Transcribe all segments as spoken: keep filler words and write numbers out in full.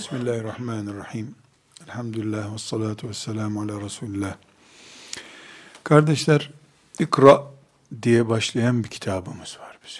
Bismillahirrahmanirrahim. Elhamdülillah ve salatu ve selamu ala Resulullah. Kardeşler, İkra diye başlayan bir kitabımız var bizim.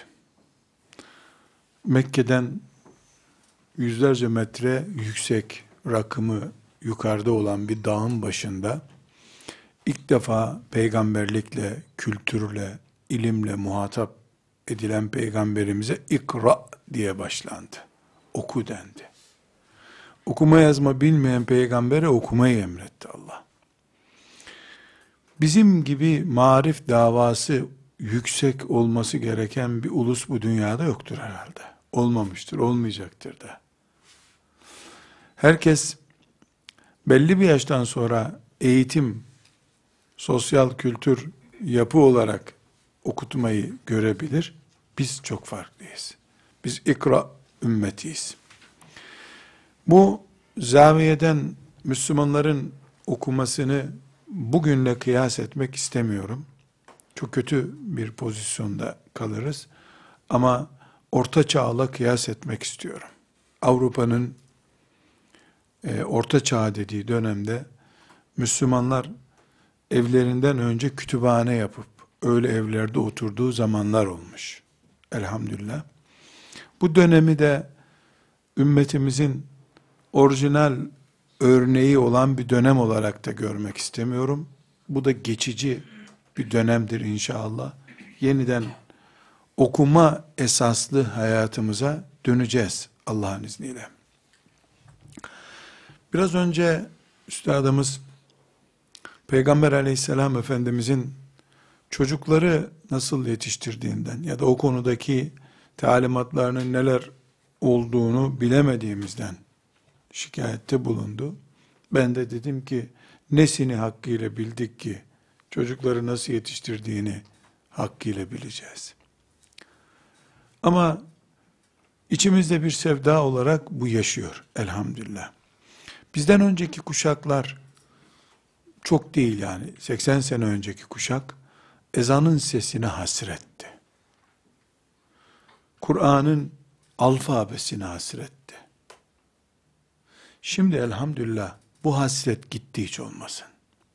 Mekke'den yüzlerce metre yüksek, rakımı yukarıda olan bir dağın başında ilk defa peygamberlikle, kültürle, ilimle muhatap edilen peygamberimize İkra diye başlandı. Oku dendi. Okuma yazma bilmeyen peygambere okumayı emretti Allah. Bizim gibi marif davası yüksek olması gereken bir ulus bu dünyada yoktur herhalde. Olmamıştır, olmayacaktır da. Herkes belli bir yaştan sonra eğitim, sosyal kültür, yapı olarak okutmayı görebilir. Biz çok farklıyız. Biz ikra ümmetiyiz. Bu zaviyeden Müslümanların okumasını bugünle kıyas etmek istemiyorum. Çok kötü bir pozisyonda kalırız. Ama Orta Çağ'la kıyas etmek istiyorum. Avrupa'nın e, Orta Çağ dediği dönemde Müslümanlar evlerinden önce kütüphane yapıp öyle evlerde oturduğu zamanlar olmuş. Elhamdülillah. Bu dönemi de ümmetimizin orijinal örneği olan bir dönem olarak da görmek istemiyorum. Bu da geçici bir dönemdir inşallah. Yeniden okuma esaslı hayatımıza döneceğiz Allah'ın izniyle. Biraz önce üstadımız Peygamber aleyhisselam Efendimizin çocukları nasıl yetiştirdiğinden ya da o konudaki talimatlarının neler olduğunu bilemediğimizden şikayette bulundu. Ben de dedim ki nesini hakkıyla bildik ki çocukları nasıl yetiştirdiğini hakkıyla bileceğiz. Ama içimizde bir sevda olarak bu yaşıyor elhamdülillah. Bizden önceki kuşaklar çok değil yani seksen sene önceki kuşak ezanın sesine hasretti. Kur'an'ın alfabesine hasretti. Şimdi elhamdülillah bu hasret gitti hiç olmasın.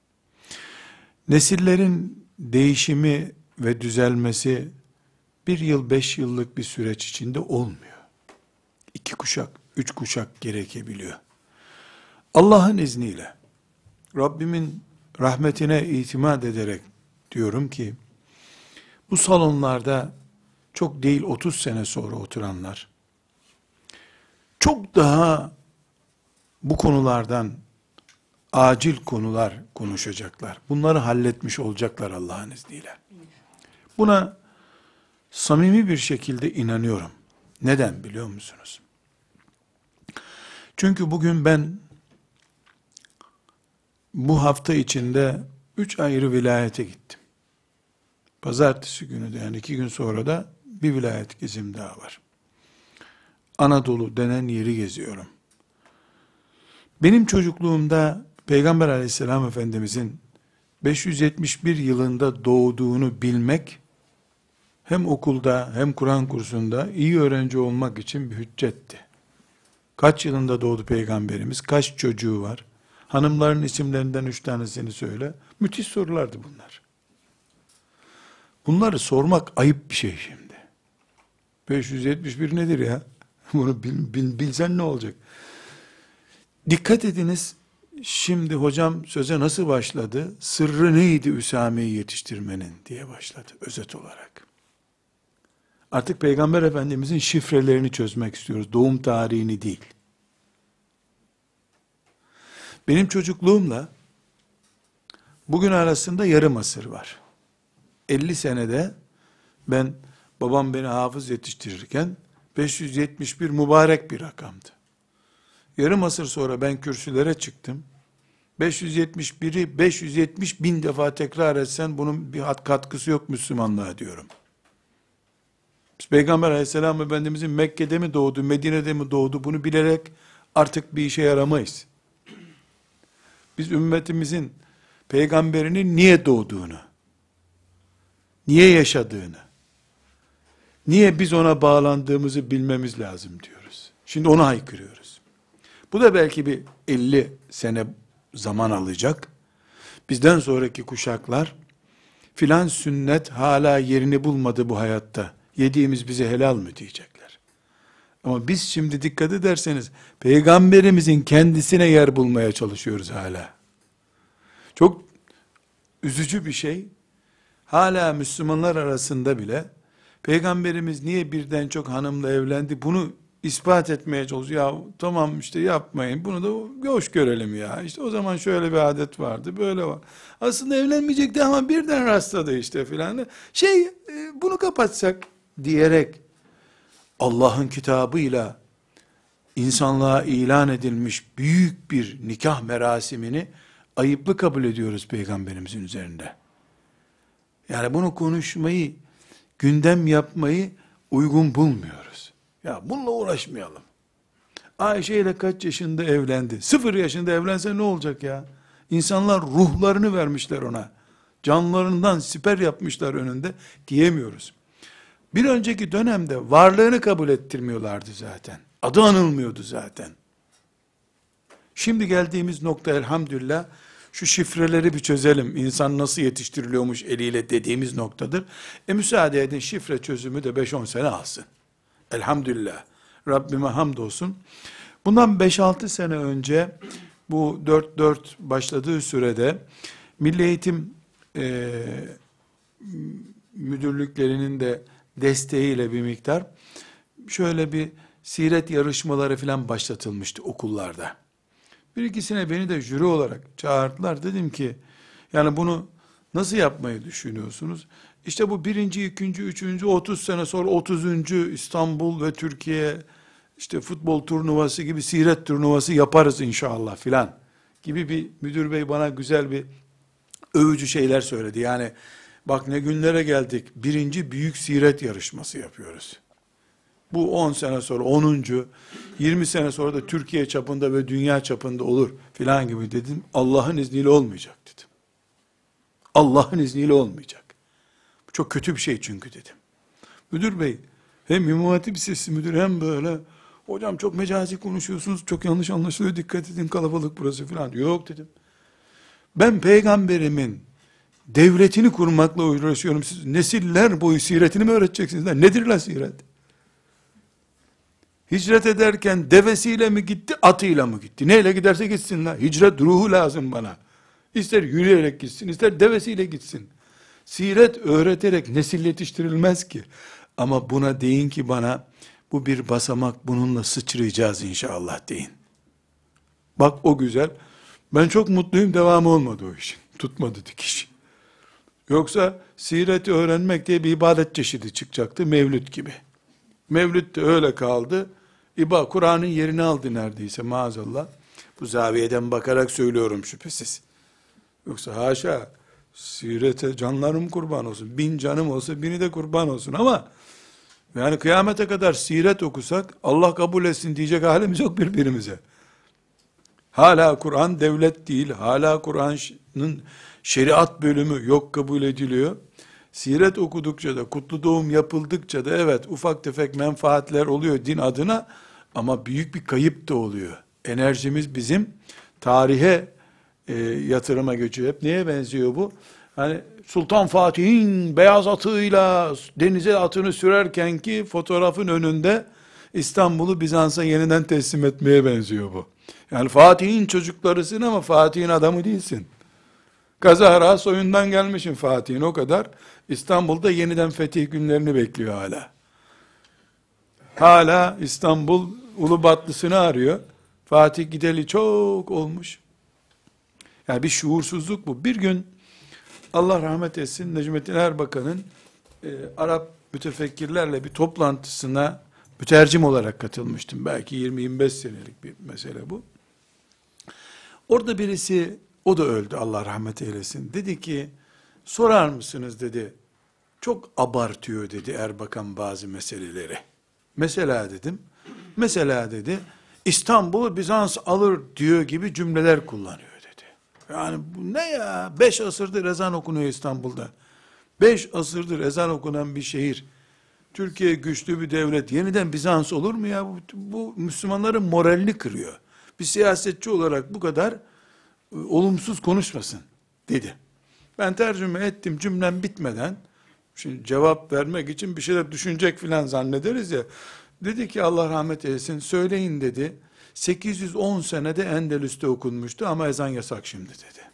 Nesillerin değişimi ve düzelmesi bir yıl, beş yıllık bir süreç içinde olmuyor. İki kuşak, üç kuşak gerekebiliyor. Allah'ın izniyle, Rabbimin rahmetine itimat ederek diyorum ki, bu salonlarda çok değil otuz sene sonra oturanlar, çok daha bu konulardan acil konular konuşacaklar. Bunları halletmiş olacaklar Allah'ın izniyle. Buna samimi bir şekilde inanıyorum. Neden biliyor musunuz? Çünkü bugün ben bu hafta içinde üç ayrı vilayete gittim. Pazartesi günü de yani iki gün sonra da bir vilayet gezim daha var. Anadolu denen yeri geziyorum. Benim çocukluğumda Peygamber aleyhisselam Efendimizin beş yüz yetmiş bir yılında doğduğunu bilmek, hem okulda hem Kur'an kursunda iyi öğrenci olmak için bir hüccetti. Kaç yılında doğdu Peygamberimiz? Kaç çocuğu var? Hanımların isimlerinden üç tanesini söyle. Müthiş sorulardı bunlar. Bunları sormak ayıp bir şey şimdi. beş yüz yetmiş bir nedir ya? Bunu bil, bil, bilsen ne olacak? Dikkat ediniz, şimdi hocam söze nasıl başladı? Sırrı neydi Üsame'yi yetiştirmenin diye başladı özet olarak. Artık Peygamber Efendimizin şifrelerini çözmek istiyoruz. Doğum tarihini değil. Benim çocukluğumla bugün arasında yarım asır var. elli senede ben babam beni hafız yetiştirirken beş yüz yetmiş bir mübarek bir rakamdı. Yarım asır sonra ben kürsülere çıktım. beş yüz yetmiş biri beş yüz yetmiş bin defa tekrar etsen bunun bir katkısı yok Müslümanlığa diyorum. Biz Peygamber aleyhisselam Efendimizin Mekke'de mi doğdu, Medine'de mi doğdu bunu bilerek artık bir işe yaramayız. Biz ümmetimizin peygamberinin niye doğduğunu, niye yaşadığını, niye biz ona bağlandığımızı bilmemiz lazım diyoruz. Şimdi onu haykırıyoruz. Bu da belki bir elli sene zaman alacak. Bizden sonraki kuşaklar, filan sünnet hala yerini bulmadı bu hayatta, yediğimiz bize helal mı diyecekler. Ama biz şimdi dikkat ederseniz, Peygamberimizin kendisine yer bulmaya çalışıyoruz hala. Çok üzücü bir şey. Hala Müslümanlar arasında bile, Peygamberimiz niye birden çok hanımla evlendi, bunu ispat etmeye çalışıyor. Ya tamam işte yapmayın, bunu da hoş görelim ya. İşte o zaman şöyle bir adet vardı, böyle var. Aslında evlenmeyecekti ama birden rastladı işte filan. Şey, bunu kapatsak diyerek, Allah'ın kitabıyla insanlığa ilan edilmiş büyük bir nikah merasimini ayıplı kabul ediyoruz Peygamberimizin üzerinde. Yani bunu konuşmayı, gündem yapmayı uygun bulmuyoruz. Ya bununla uğraşmayalım. Ayşe ile kaç yaşında evlendi? Sıfır yaşında evlense ne olacak ya? İnsanlar ruhlarını vermişler ona. Canlarından siper yapmışlar önünde diyemiyoruz. Bir önceki dönemde varlığını kabul ettirmiyorlardı zaten. Adı anılmıyordu zaten. Şimdi geldiğimiz nokta elhamdülillah, şu şifreleri bir çözelim, İnsan nasıl yetiştiriliyormuş eliyle dediğimiz noktadır. E müsaade edin, şifre çözümü de beş on sene alsın. Elhamdülillah. Rabbime hamdolsun. Bundan beş altı sene önce, bu dört dört başladığı sürede, Milli Eğitim e, müdürlüklerinin de desteğiyle bir miktar, şöyle bir siret yarışmaları falan başlatılmıştı okullarda. Bir ikisine beni de jüri olarak çağırdılar. Dedim ki, yani bunu nasıl yapmayı düşünüyorsunuz? İşte bu birinci, ikinci, üçüncü, otuz sene sonra otuzuncu İstanbul ve Türkiye işte futbol turnuvası gibi siret turnuvası yaparız inşallah filan gibi bir müdür bey bana güzel bir övücü şeyler söyledi. Yani bak ne günlere geldik. Birinci büyük siret yarışması yapıyoruz. Bu on sene sonra onuncu, yirmi sene sonra da Türkiye çapında ve dünya çapında olur filan gibi dedim. Allah'ın izniyle olmayacak dedim. Allah'ın izniyle olmayacak. Bu çok kötü bir şey çünkü dedim. Müdür bey hem İmam Hatip Lisesi müdürü hem böyle, hocam çok mecazi konuşuyorsunuz, çok yanlış anlaşılıyor, dikkat edin kalabalık burası filan. Yok dedim. Ben peygamberimin devletini kurmakla uğraşıyorum. Siz nesiller boyu siretini mi öğreteceksiniz? Nedir la siret? Hicret ederken devesiyle mi gitti, atıyla mı gitti? Neyle giderse gitsin la. Hicret ruhu lazım bana. İster yürüyerek gitsin, ister devesiyle gitsin. Siret öğreterek nesil yetiştirilmez ki. Ama buna deyin ki bana, bu bir basamak, bununla sıçrayacağız inşallah deyin. Bak o güzel. Ben çok mutluyum, devamı olmadı o işin. Tutmadı dikiş. Yoksa sireti öğrenmek diye bir ibadet çeşidi çıkacaktı, mevlüt gibi. Mevlüt de öyle kaldı. İba Kur'an'ın yerini aldı neredeyse maazallah. Bu zaviyeden bakarak söylüyorum şüphesiz. Yoksa haşa, sirete canlarım kurban olsun. Bin canım olsa bini de kurban olsun ama yani kıyamete kadar siret okusak Allah kabul etsin diyecek halimiz yok birbirimize. Hala Kur'an devlet değil, hala Kur'an'ın şeriat bölümü yok kabul ediliyor. Siret okudukça da, kutlu doğum yapıldıkça da evet ufak tefek menfaatler oluyor din adına ama büyük bir kayıp da oluyor. Enerjimiz bizim tarihe e, yatırıma geçiyor. Hep neye benziyor bu? Hani Sultan Fatih'in beyaz atıyla denize atını sürerken ki fotoğrafın önünde İstanbul'u Bizans'a yeniden teslim etmeye benziyor bu. Yani Fatih'in çocuklarısın ama Fatih'in adamı değilsin. Kazara soyundan gelmişsin Fatih'in o kadar. İstanbul'da yeniden fetih günlerini bekliyor hala. Hala İstanbul Ulubatlısını arıyor. Fatih gideli çok olmuş. Yani bir şuursuzluk bu. Bir gün Allah rahmet etsin Necmettin Erbakan'ın e, Arap mütefekkirlerle bir toplantısına mütercim olarak katılmıştım. Belki yirmi yirmi beş senelik bir mesele bu. Orada birisi, o da öldü Allah rahmet eylesin. Dedi ki, sorar mısınız dedi, çok abartıyor dedi Erbakan bazı meseleleri. Mesela dedim, mesela dedi, İstanbul'u Bizans alır diyor gibi cümleler kullanıyor dedi. Yani bu ne ya? Beş asırdır ezan okunuyor İstanbul'da. Beş asırdır ezan okunan bir şehir. Türkiye güçlü bir devlet. Yeniden Bizans olur mu ya? Bu, bu Müslümanların moralini kırıyor. bir siyasetçi olarak bu kadar e, olumsuz konuşmasın dedi. Ben tercüme ettim, cümlem bitmeden, şimdi cevap vermek için bir şeyler düşünecek filan zannederiz ya, dedi ki Allah rahmet eylesin, söyleyin dedi, sekiz yüz on senede Endülüs'te okunmuştu ama ezan yasak şimdi dedi.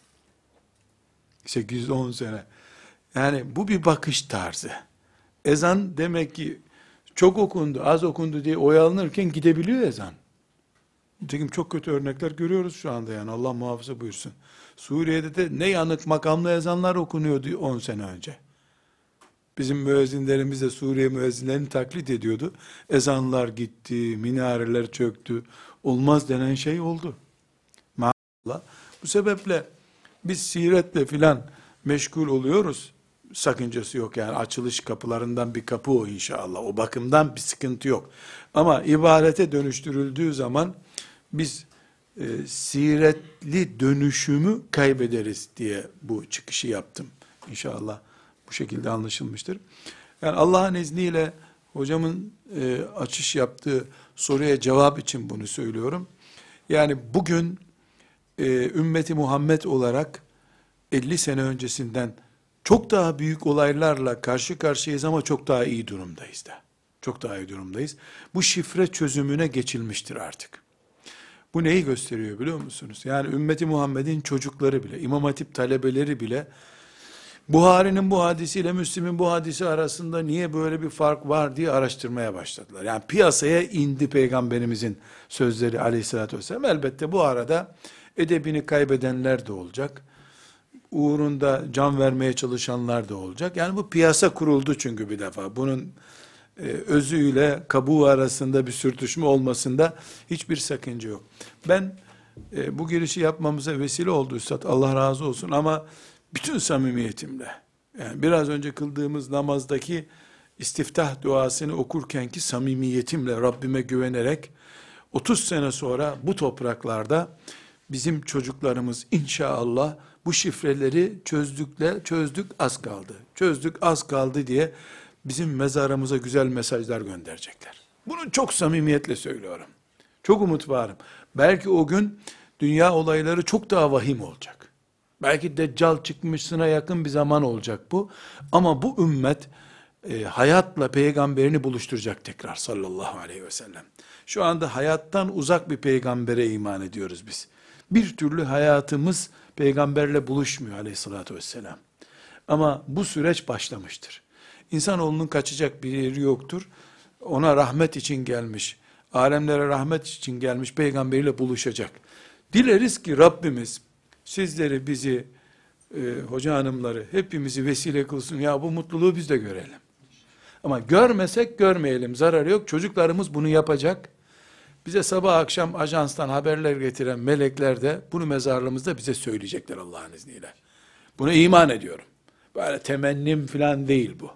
sekiz yüz on sene. Yani bu bir bakış tarzı. Ezan demek ki çok okundu, az okundu diye oyalanırken gidebiliyor ezan. Nitekim çok kötü örnekler görüyoruz şu anda, yani Allah muhafaza buyursun. Suriye'de de ne yanık makamlı ezanlar okunuyordu on sene önce. Bizim müezzinlerimiz de Suriye müezzinlerini taklit ediyordu. Ezanlar gitti, minareler çöktü. Olmaz denen şey oldu. Maazallah. Bu sebeple biz siretle filan meşgul oluyoruz. Sakıncası yok yani, açılış kapılarından bir kapı o inşallah. O bakımdan bir sıkıntı yok. Ama ibadete dönüştürüldüğü zaman biz e, siretli dönüşümü kaybederiz diye bu çıkışı yaptım. İnşallah bu şekilde anlaşılmıştır. Yani Allah'ın izniyle hocamın e, açış yaptığı soruya cevap için bunu söylüyorum. Yani bugün e, ümmeti Muhammed olarak elli sene öncesinden çok daha büyük olaylarla karşı karşıyayız ama çok daha iyi durumdayız da. Çok daha iyi durumdayız. Bu şifre çözümüne geçilmiştir artık. Bu neyi gösteriyor biliyor musunuz? Yani ümmeti Muhammed'in çocukları bile, İmam Hatip talebeleri bile, Buhari'nin bu hadisiyle Müslim'in bu hadisi arasında niye böyle bir fark var diye araştırmaya başladılar. Yani piyasaya indi Peygamberimizin sözleri aleyhissalatü vesselam. Elbette bu arada edebini kaybedenler de olacak. Uğrunda can vermeye çalışanlar da olacak. Yani bu piyasa kuruldu çünkü bir defa. Bunun e, özüyle kabuğu arasında bir sürtüşme olmasında hiçbir sakınca yok. Ben e, bu girişi yapmamıza vesile oldu Üstad, Allah razı olsun, ama bütün samimiyetimle, yani biraz önce kıldığımız namazdaki istiftah duasını okurkenki samimiyetimle, Rabbime güvenerek, otuz sene sonra bu topraklarda bizim çocuklarımız inşallah bu şifreleri çözdükle çözdük az kaldı. Çözdük az kaldı diye bizim mezarımıza güzel mesajlar gönderecekler. Bunu çok samimiyetle söylüyorum. Çok umut varım. Belki o gün dünya olayları çok daha vahim olacak. Belki Deccal çıkmışsına yakın bir zaman olacak bu. Ama bu ümmet e, hayatla peygamberini buluşturacak tekrar sallallahu aleyhi ve sellem. Şu anda hayattan uzak bir peygambere iman ediyoruz biz. Bir türlü hayatımız peygamberle buluşmuyor aleyhissalatü vesselam. Ama bu süreç başlamıştır. İnsanoğlunun kaçacak bir yeri yoktur. Ona rahmet için gelmiş, alemlere rahmet için gelmiş peygamberiyle buluşacak. Dileriz ki Rabbimiz sizleri, bizi, e, hoca hanımları, hepimizi vesile kılsın. Ya bu mutluluğu biz de görelim. Ama görmesek görmeyelim, zararı yok. Çocuklarımız bunu yapacak. Bize sabah akşam ajanstan haberler getiren melekler de bunu mezarlığımızda bize söyleyecekler Allah'ın izniyle. Buna iman ediyorum. Böyle temennim falan değil bu.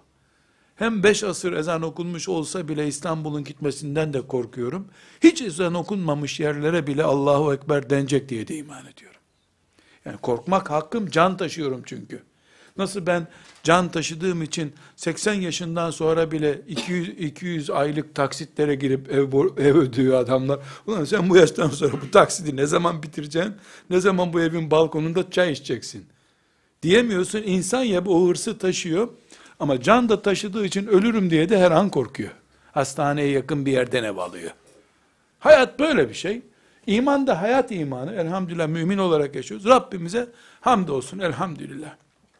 Hem beş asır ezan okunmuş olsa bile İstanbul'un gitmesinden de korkuyorum. Hiç ezan okunmamış yerlere bile Allahu Ekber denecek diye de iman ediyorum. Yani korkmak hakkım, can taşıyorum çünkü. Nasıl ben can taşıdığım için seksen yaşından sonra bile iki yüz, iki yüz aylık taksitlere girip ev, ev ödüyor adamlar. Ulan sen bu yaştan sonra bu taksidi ne zaman bitireceksin? Ne zaman bu evin balkonunda çay içeceksin? Diyemiyorsun. İnsan ya o hırsı taşıyor. Ama can da taşıdığı için ölürüm diye de her an korkuyor. Hastaneye yakın bir yerden ev alıyor. Hayat böyle bir şey. İman da hayat imanı. Elhamdülillah mümin olarak yaşıyoruz. Rabbimize hamdolsun elhamdülillah.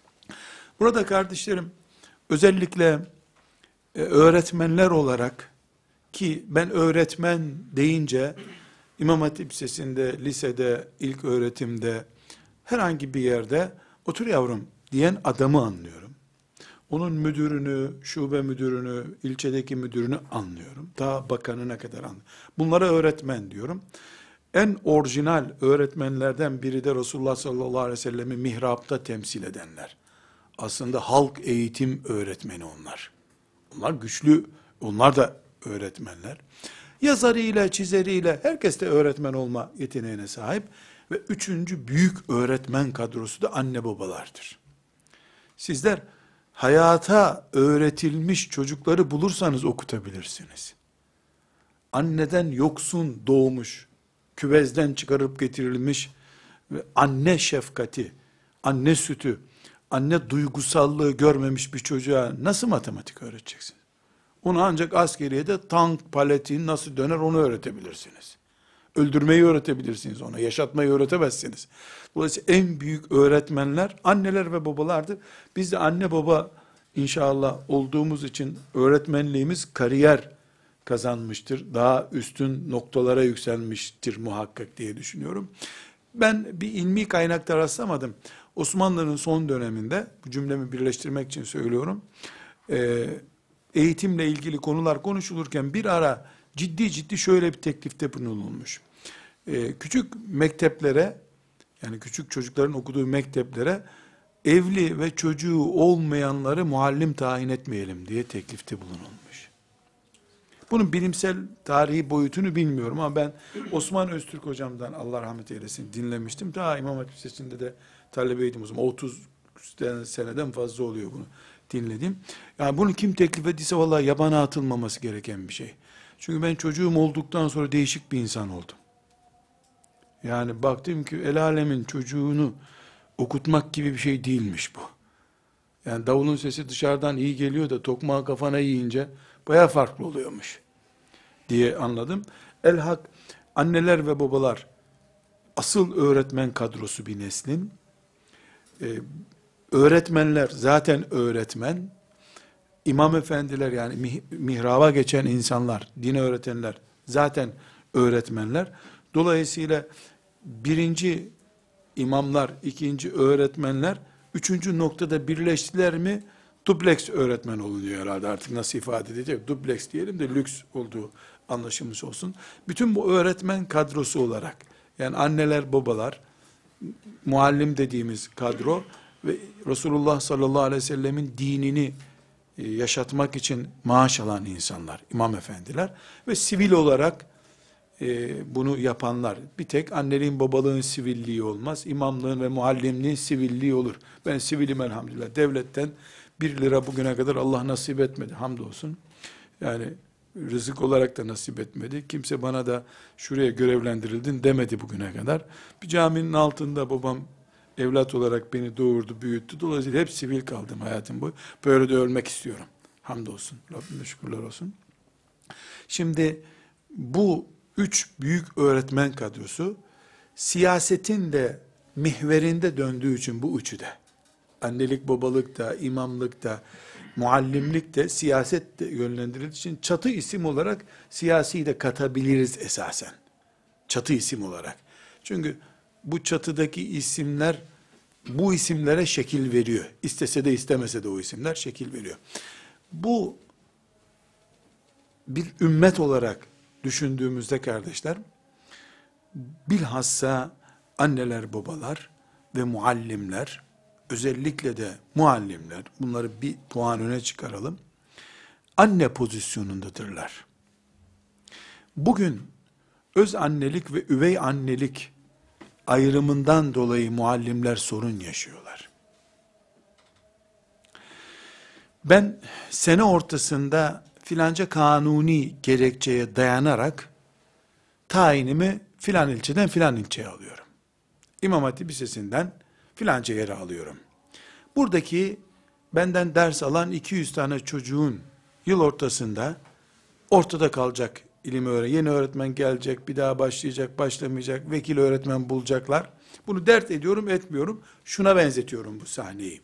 Burada kardeşlerim, özellikle e, öğretmenler olarak, ki ben öğretmen deyince İmam Hatip Lisesi'nde, lisede, ilk öğretimde, herhangi bir yerde otur yavrum diyen adamı anlıyorum. Onun müdürünü, şube müdürünü, ilçedeki müdürünü anlıyorum. Daha bakanına kadar anlıyorum. Bunlara öğretmen diyorum. En orijinal öğretmenlerden biri de Resulullah sallallahu aleyhi ve sellem'i mihrapta temsil edenler. Aslında halk eğitim öğretmeni onlar. Onlar güçlü, onlar da öğretmenler. Yazarıyla, çizeriyle herkes de öğretmen olma yeteneğine sahip. Ve üçüncü büyük öğretmen kadrosu da anne babalardır. Sizler hayata öğretilmiş çocukları bulursanız okutabilirsiniz. Anneden yoksun doğmuş, küvezden çıkarıp getirilmiş ve anne şefkati, anne sütü, anne duygusallığı görmemiş bir çocuğa nasıl matematik öğreteceksin? Onu ancak askeriyede tank paleti nasıl döner onu öğretebilirsiniz. Öldürmeyi öğretebilirsiniz ona, yaşatmayı öğretemezsiniz. Dolayısıyla en büyük öğretmenler anneler ve babalardır. Biz de anne baba inşallah olduğumuz için öğretmenliğimiz kariyer kazanmıştır. Daha üstün noktalara yükselmiştir muhakkak diye düşünüyorum. Ben bir ilmi kaynakta rastlamadım. Osmanlı'nın son döneminde, bu cümlemi birleştirmek için söylüyorum, e, eğitimle ilgili konular konuşulurken bir ara ciddi ciddi şöyle bir teklifte bulunulmuş. Ee, küçük mekteplere, yani küçük çocukların okuduğu mekteplere evli ve çocuğu olmayanları muallim tayin etmeyelim diye teklifte bulunulmuş. Bunun bilimsel tarihi boyutunu bilmiyorum ama ben Osman Öztürk hocamdan, Allah rahmet eylesin, dinlemiştim. Daha İmam Hatip Lisesi'nde de talebeydim o zaman. otuz seneden fazla oluyor bunu dinledim. Yani bunu kim teklif ettiyse vallahi yabana atılmaması gereken bir şey. Çünkü ben çocuğum olduktan sonra değişik bir insan oldum. Yani baktım ki el alemin çocuğunu okutmak gibi bir şey değilmiş bu. Yani davulun sesi dışarıdan iyi geliyor da tokmağı kafana yiyince baya farklı oluyormuş diye anladım. Elhak anneler ve babalar asıl öğretmen kadrosu bir neslin. Ee, öğretmenler zaten öğretmen. İmam efendiler yani mihraba geçen insanlar, dini öğretenler zaten öğretmenler. Dolayısıyla birinci imamlar, ikinci öğretmenler, üçüncü noktada birleştiler mi dubleks öğretmen oluyor herhalde, artık nasıl ifade edecek? Dubleks diyelim de lüks olduğu anlaşılmış olsun. Bütün bu öğretmen kadrosu olarak, yani anneler, babalar, muallim dediğimiz kadro ve Resulullah sallallahu aleyhi ve sellemin dinini yaşatmak için maaş alan insanlar, imam efendiler ve sivil olarak e, bunu yapanlar. Bir tek anneliğin babalığın sivilliği olmaz, imamlığın ve muallimliğin sivilliği olur. Ben sivilim elhamdülillah. Devletten bir lira bugüne kadar Allah nasip etmedi, hamdolsun. Yani rızık olarak da nasip etmedi. Kimse bana da şuraya görevlendirildin demedi bugüne kadar. Bir caminin altında babam evlat olarak beni doğurdu, büyüttü. Dolayısıyla hep sivil kaldım hayatım boyu. Böyle de ölmek istiyorum. Hamdolsun. Rabbime şükürler olsun. Şimdi bu üç büyük öğretmen kadrosu siyasetin de mihverinde döndüğü için bu üçü de. Annelik, babalık da, imamlık da, muallimlik de, siyaset de yönlendirildiği için çatı isim olarak siyasi de katabiliriz esasen. Çatı isim olarak. Çünkü bu çatıdaki isimler bu isimlere şekil veriyor. İstese de istemese de o isimler şekil veriyor. Bu bir ümmet olarak düşündüğümüzde kardeşler, bilhassa anneler, babalar ve muallimler, özellikle de muallimler, bunları bir puan öne çıkaralım, anne pozisyonundadırlar. Bugün öz annelik ve üvey annelik ayrımından dolayı muallimler sorun yaşıyorlar. Ben sene ortasında filanca kanuni gerekçeye dayanarak tayinimi filan ilçeden filan ilçeye alıyorum. İmam Hatip Lisesi'nden filanca yere alıyorum. Buradaki benden ders alan iki yüz tane çocuğun yıl ortasında ortada kalacak ilim öğren. Yeni öğretmen gelecek, bir daha başlayacak, başlamayacak, vekil öğretmen bulacaklar. Bunu dert ediyorum, etmiyorum. Şuna benzetiyorum bu sahneyi.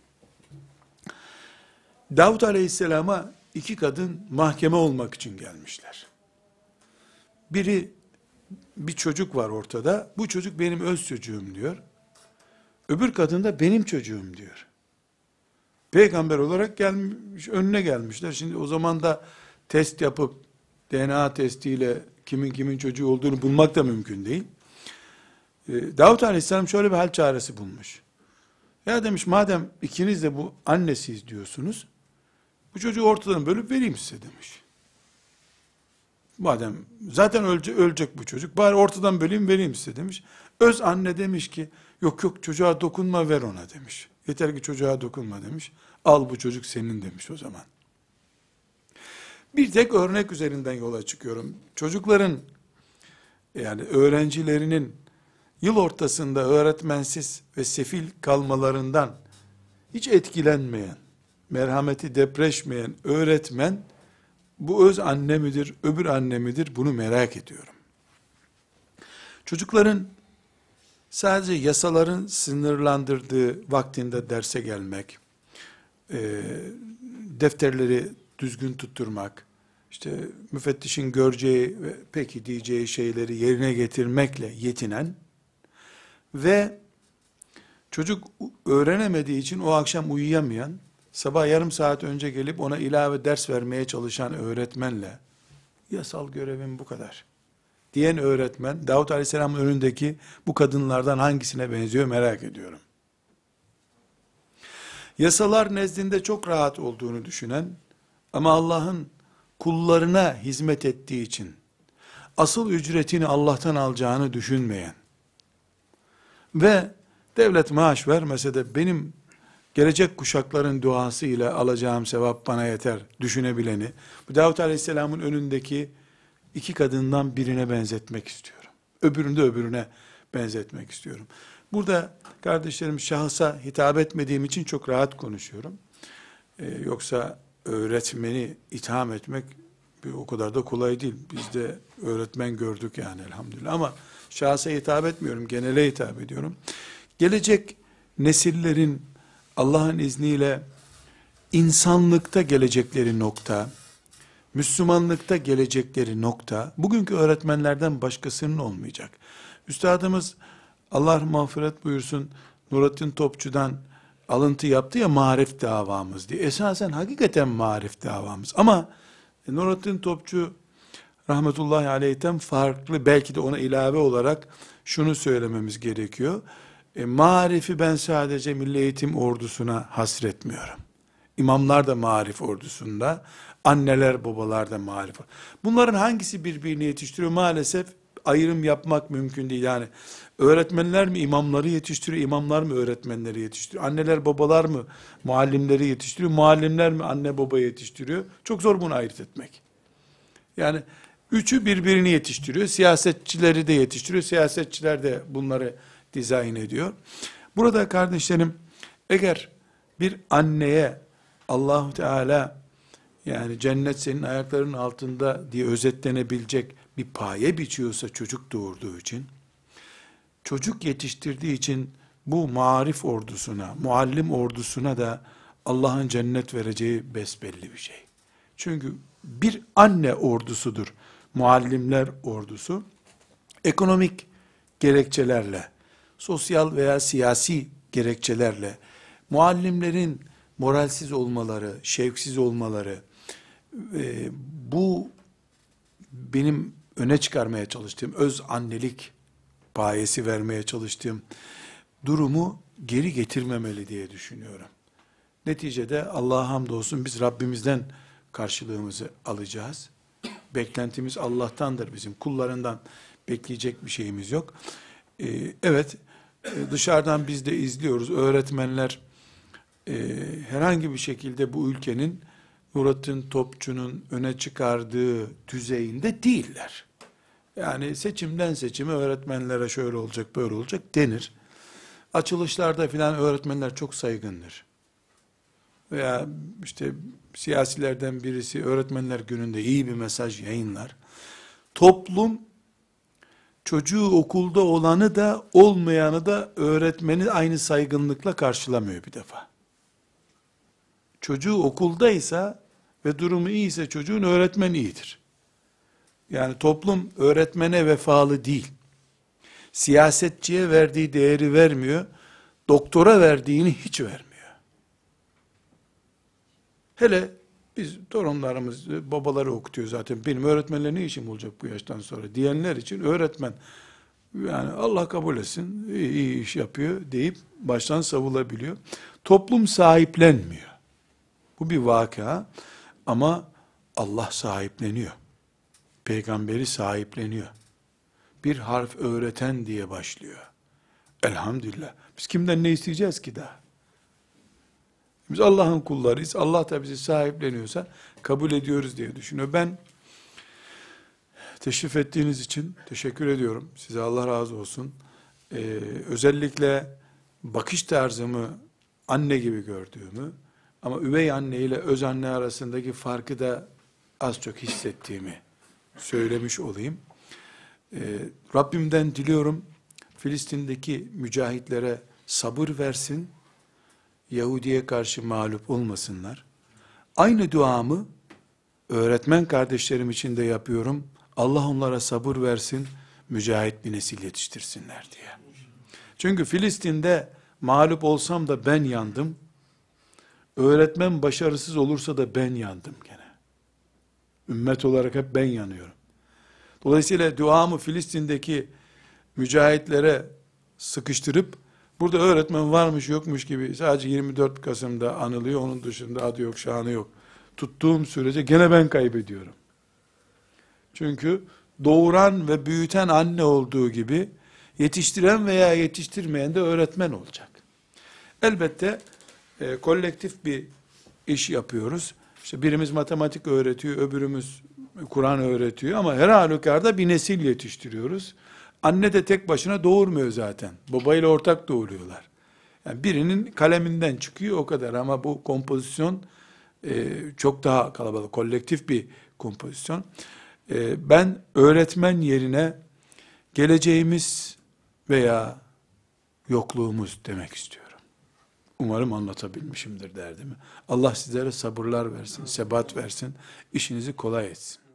Davut Aleyhisselam'a iki kadın mahkeme olmak için gelmişler. Biri, bir çocuk var ortada. Bu çocuk benim öz çocuğum diyor. Öbür kadın da benim çocuğum diyor. Peygamber olarak gelmiş, önüne gelmişler. Şimdi o zaman da test yapıp D N A testiyle kimin kimin çocuğu olduğunu bulmak da mümkün değil. Ee, Davut Aleyhisselam şöyle bir hal çaresi bulmuş. Ya demiş, madem ikiniz de bu annesiyiz diyorsunuz, bu çocuğu ortadan bölüp vereyim size demiş. Madem zaten ölecek, ölecek bu çocuk, bari ortadan böleyim vereyim size demiş. Öz anne demiş ki, yok yok çocuğa dokunma, ver ona demiş. Yeter ki çocuğa dokunma demiş. Al bu çocuk senin demiş o zaman. Bir tek örnek üzerinden yola çıkıyorum. Çocukların Yani öğrencilerinin yıl ortasında öğretmensiz ve sefil kalmalarından hiç etkilenmeyen, merhameti depreşmeyen öğretmen, bu öz anne midir, öbür anne midir, bunu merak ediyorum. Çocukların sadece yasaların sınırlandırdığı vaktinde derse gelmek, e, defterleri düzgün tutturmak, işte müfettişin göreceği ve peki diyeceği şeyleri yerine getirmekle yetinen ve çocuk öğrenemediği için o akşam uyuyamayan, sabah yarım saat önce gelip ona ilave ders vermeye çalışan öğretmenle, yasal görevim bu kadar diyen öğretmen, Davut Aleyhisselam'ın önündeki bu kadınlardan hangisine benziyor merak ediyorum. Yasalar nezdinde çok rahat olduğunu düşünen ama Allah'ın kullarına hizmet ettiği için asıl ücretini Allah'tan alacağını düşünmeyen ve devlet maaş vermese de benim gelecek kuşakların duası ile alacağım sevap bana yeter düşünebileni, bu Davut Aleyhisselam'ın önündeki iki kadından birine benzetmek istiyorum. Öbürünü de öbürüne benzetmek istiyorum. Burada kardeşlerim, şahsa hitap etmediğim için çok rahat konuşuyorum. Ee, yoksa öğretmeni itham etmek o kadar da kolay değil. Biz de öğretmen gördük yani elhamdülillah. Ama şahsa hitap etmiyorum, genele hitap ediyorum. Gelecek nesillerin Allah'ın izniyle insanlıkta gelecekleri nokta, Müslümanlıkta gelecekleri nokta, bugünkü öğretmenlerden başkasının olmayacak. Üstadımız, Allah mağfiret buyursun, Nurattin Topçu'dan alıntı yaptı ya, marif davamız diye. Esasen hakikaten marif davamız. Ama Nurattin Topçu rahmetullahi aleyhten farklı, belki de ona ilave olarak şunu söylememiz gerekiyor. E, marifi ben sadece Milli Eğitim Ordusu'na hasretmiyorum. İmamlar da marif ordusunda, anneler babalar da marif. Bunların hangisi birbirini yetiştiriyor? Maalesef ayrım yapmak mümkün değil. Yani öğretmenler mi imamları yetiştiriyor, imamlar mı öğretmenleri yetiştiriyor? Anneler babalar mı muallimleri yetiştiriyor, muallimler mi anne baba yetiştiriyor? Çok zor bunu ayırt etmek. Yani üçü birbirini yetiştiriyor, siyasetçileri de yetiştiriyor, siyasetçiler de bunları dizayn ediyor. Burada kardeşlerim, eğer bir anneye Allahu Teala, yani cennet senin ayaklarının altında diye özetlenebilecek bir paye biçiyorsa çocuk doğurduğu için, çocuk yetiştirdiği için bu marif ordusuna, muallim ordusuna da Allah'ın cennet vereceği besbelli bir şey. Çünkü bir anne ordusudur muallimler ordusu. Ekonomik gerekçelerle, sosyal veya siyasi gerekçelerle, muallimlerin moralsiz olmaları, şevksiz olmaları, e, bu benim öne çıkarmaya çalıştığım, öz annelik payesi vermeye çalıştığım durumu geri getirmemeli diye düşünüyorum. Neticede Allah'a hamdolsun biz Rabbimizden karşılığımızı alacağız. Beklentimiz Allah'tandır bizim. Kullarından bekleyecek bir şeyimiz yok. Ee, evet, dışarıdan biz de izliyoruz. Öğretmenler e, herhangi bir şekilde bu ülkenin Nurattin Topçu'nun öne çıkardığı düzeyinde değiller. Yani seçimden seçime öğretmenlere şöyle olacak, böyle olacak denir. Açılışlarda filan öğretmenler çok saygındır. Veya işte siyasilerden birisi öğretmenler gününde iyi bir mesaj yayınlar. Toplum çocuğu okulda olanı da olmayanı da öğretmeni aynı saygınlıkla karşılamıyor bir defa. Çocuğu okuldaysa ve durumu iyiyse çocuğun, öğretmen iyidir. Yani toplum öğretmene vefalı değil. Siyasetçiye verdiği değeri vermiyor. Doktora verdiğini hiç vermiyor. Hele biz torunlarımız, babaları okutuyor zaten. Benim öğretmenle ne işim olacak bu yaştan sonra diyenler için öğretmen, yani Allah kabul etsin, iyi, iyi iş yapıyor deyip baştan savulabiliyor. Toplum sahiplenmiyor. Bu bir vaka ama Allah sahipleniyor. Peygamberi sahipleniyor. Bir harf öğreten diye başlıyor. Elhamdülillah. Biz kimden ne isteyeceğiz ki daha? Biz Allah'ın kullarıyız. Allah da bizi sahipleniyorsa kabul ediyoruz diye düşünüyor. Ben Teşrif ettiğiniz için teşekkür ediyorum. Size Allah razı olsun. Ee, özellikle bakış tarzımı anne gibi gördüğümü ama üvey anne ile öz anne arasındaki farkı da az çok hissettiğimi söylemiş olayım. Ee, Rabbimden diliyorum Filistin'deki mücahitlere sabır versin, Yahudi'ye karşı mağlup olmasınlar. Aynı duamı öğretmen kardeşlerim için de yapıyorum. Allah onlara sabır versin, mücahit bir nesil yetiştirsinler diye. Çünkü Filistin'de mağlup olsam da ben yandım. Öğretmen başarısız olursa da ben yandım gene. Ümmet olarak hep ben yanıyorum. Dolayısıyla duamı Filistin'deki mücahitlere sıkıştırıp, burada öğretmen varmış yokmuş gibi sadece yirmi dört Kasım'da anılıyor, onun dışında adı yok, şanı yok. Tuttuğum sürece gene ben kaybediyorum. Çünkü doğuran ve büyüten anne olduğu gibi, yetiştiren veya yetiştirmeyen de öğretmen olacak. Elbette e, kolektif bir iş yapıyoruz. İşte birimiz matematik öğretiyor, öbürümüz Kur'an öğretiyor ama her halükarda bir nesil yetiştiriyoruz. Anne de tek başına doğurmuyor zaten. Babayla ortak doğuruyorlar. Yani birinin kaleminden çıkıyor o kadar ama bu kompozisyon e, çok daha kalabalık, kolektif bir kompozisyon. E, ben öğretmen yerine geleceğimiz veya yokluğumuz demek istiyorum. Umarım anlatabilmişimdir derdimi. Allah sizlere sabırlar versin, sebat versin, işinizi kolay etsin.